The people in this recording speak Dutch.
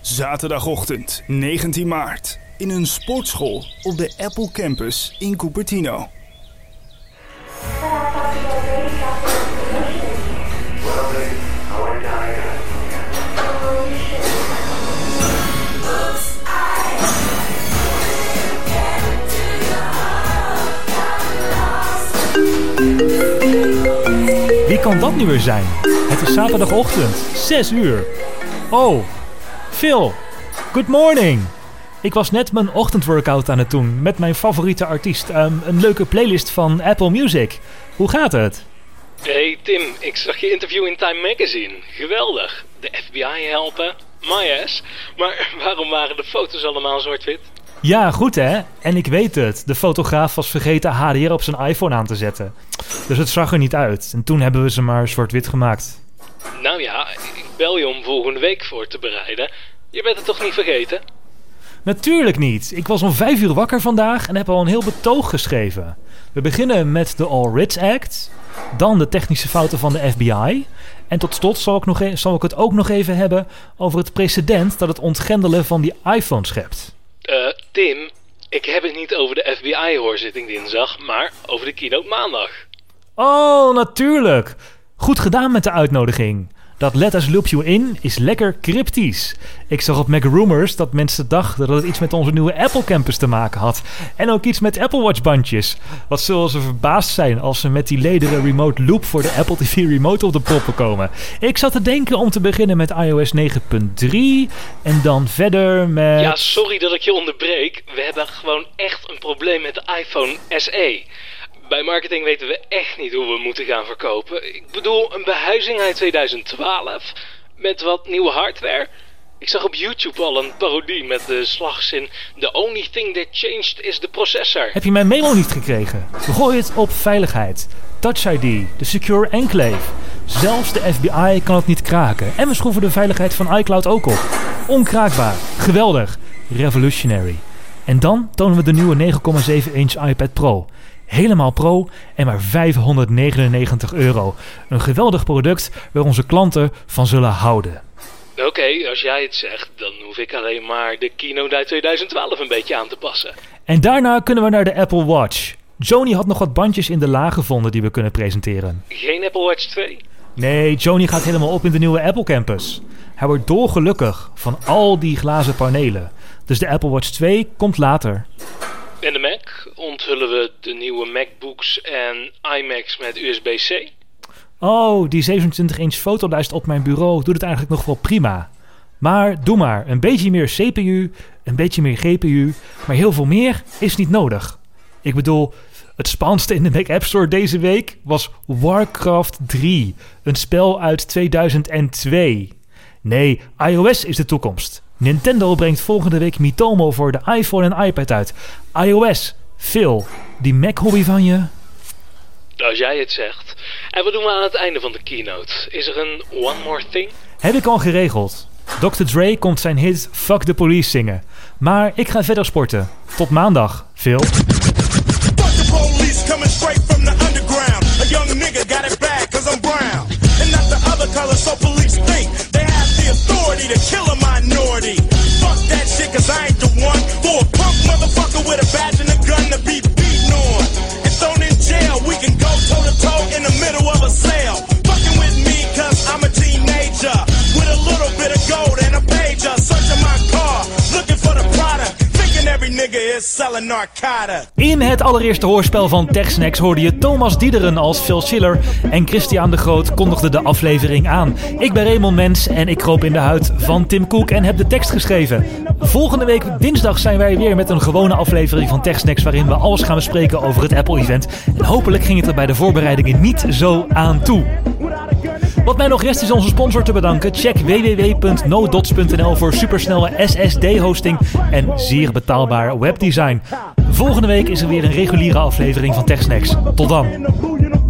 Zaterdagochtend, 19 maart. In een sportschool op de Apple Campus in Cupertino. Wie kan dat nu weer zijn? Het is zaterdagochtend, 6 uur. Oh, Phil, good morning. Ik was net mijn ochtendworkout aan het doen met mijn favoriete artiest. Een leuke playlist van Apple Music. Hoe gaat het? Hey Tim, ik zag je interview in Time Magazine. Geweldig. De FBI helpen. My ass. Maar waarom waren de foto's allemaal zwart-wit? Ja, goed hè. En ik weet het. De fotograaf was vergeten HDR op zijn iPhone aan te zetten. Dus het zag er niet uit. En toen hebben we ze maar zwart-wit gemaakt. Nou ja, ik bel je om volgende week voor te bereiden. Je bent het toch niet vergeten? Natuurlijk niet. Ik was om 5 uur wakker vandaag en heb al een heel betoog geschreven. We beginnen met de All Writs Act. Dan de technische fouten van de FBI. En tot slot zal ik het ook nog even hebben over het precedent dat het ontgrendelen van die iPhone schept. Tim, ik heb het niet over de FBI-hoorzitting dinsdag, maar over de keynote maandag. Oh, natuurlijk. Goed gedaan met de uitnodiging. Dat Let Us Loop You In is lekker cryptisch. Ik zag op MacRumors dat mensen dachten dat het iets met onze nieuwe Apple Campus te maken had. En ook iets met Apple Watch bandjes. Wat zullen ze verbaasd zijn als ze met die lederen remote loop voor de Apple TV Remote op de proppen komen. Ik zat te denken om te beginnen met iOS 9.3 en dan verder met... Ja, sorry dat ik je onderbreek. We hebben gewoon echt een probleem met de iPhone SE. Bij marketing weten we echt niet hoe we moeten gaan verkopen. Ik bedoel, een behuizing uit 2012 met wat nieuwe hardware. Ik zag op YouTube al een parodie met de slagzin: The only thing that changed is the processor. Heb je mijn memo niet gekregen? Gooi het op veiligheid. Touch ID, de Secure Enclave. Zelfs de FBI kan het niet kraken. En we schroeven de veiligheid van iCloud ook op. Onkraakbaar, geweldig, revolutionary. En dan tonen we de nieuwe 9,7 inch iPad Pro. Helemaal pro en maar €599. Een geweldig product waar onze klanten van zullen houden. Oké, als jij het zegt, dan hoef ik alleen maar de keynote uit 2012 een beetje aan te passen. En daarna kunnen we naar de Apple Watch. Joni had nog wat bandjes in de la gevonden die we kunnen presenteren. Geen Apple Watch 2? Nee, Joni gaat helemaal op in de nieuwe Apple Campus. Hij wordt dolgelukkig van al die glazen panelen. Dus de Apple Watch 2 komt later. En de Mac? Onthullen we de nieuwe MacBooks en iMacs met USB-C? Oh, die 27-inch fotolijst op mijn bureau doet het eigenlijk nog wel prima. Maar doe maar, een beetje meer CPU, een beetje meer GPU, maar heel veel meer is niet nodig. Ik bedoel, het spannendste in de Mac App Store deze week was Warcraft 3, een spel uit 2002. Nee, iOS is de toekomst. Nintendo brengt volgende week Miitomo voor de iPhone en iPad uit. iOS, Phil, die Mac-hobby van je? Als jij het zegt. En wat doen we aan het einde van de keynote? Is er een One More Thing? Heb ik al geregeld. Dr. Dre komt zijn hit Fuck the Police zingen. Maar ik ga verder sporten. Tot maandag, Phil. Fuck the police coming straight from the underground. A young nigga got it bad cause I'm brown. And not the other color, so police think they have the authority to kill a minority. Fuck that shit cause I ain't the one for a punk motherfucker with a badge and a gun to be beaten on. And thrown in jail, we can go toe to toe in the middle of a cell. Fucking with me cause I'm a teenager with a little bit of gold and a pager. Searching my car, looking for the product. Every nigga is selling narcotics. In het allereerste hoorspel van TechSnacks hoorde je Thomas Diederen als Phil Schiller en Christian de Groot kondigde de aflevering aan. Ik ben Raymond Mens en ik kroop in de huid van Tim Cook en heb de tekst geschreven. Volgende week dinsdag zijn wij weer met een gewone aflevering van TechSnacks waarin we alles gaan bespreken over het Apple-event. En hopelijk ging het er bij de voorbereidingen niet zo aan toe. Wat mij nog rest is onze sponsor te bedanken. Check www.nodots.nl voor supersnelle SSD-hosting en zeer betaalbaar webdesign. Volgende week is er weer een reguliere aflevering van TechSnacks. Tot dan.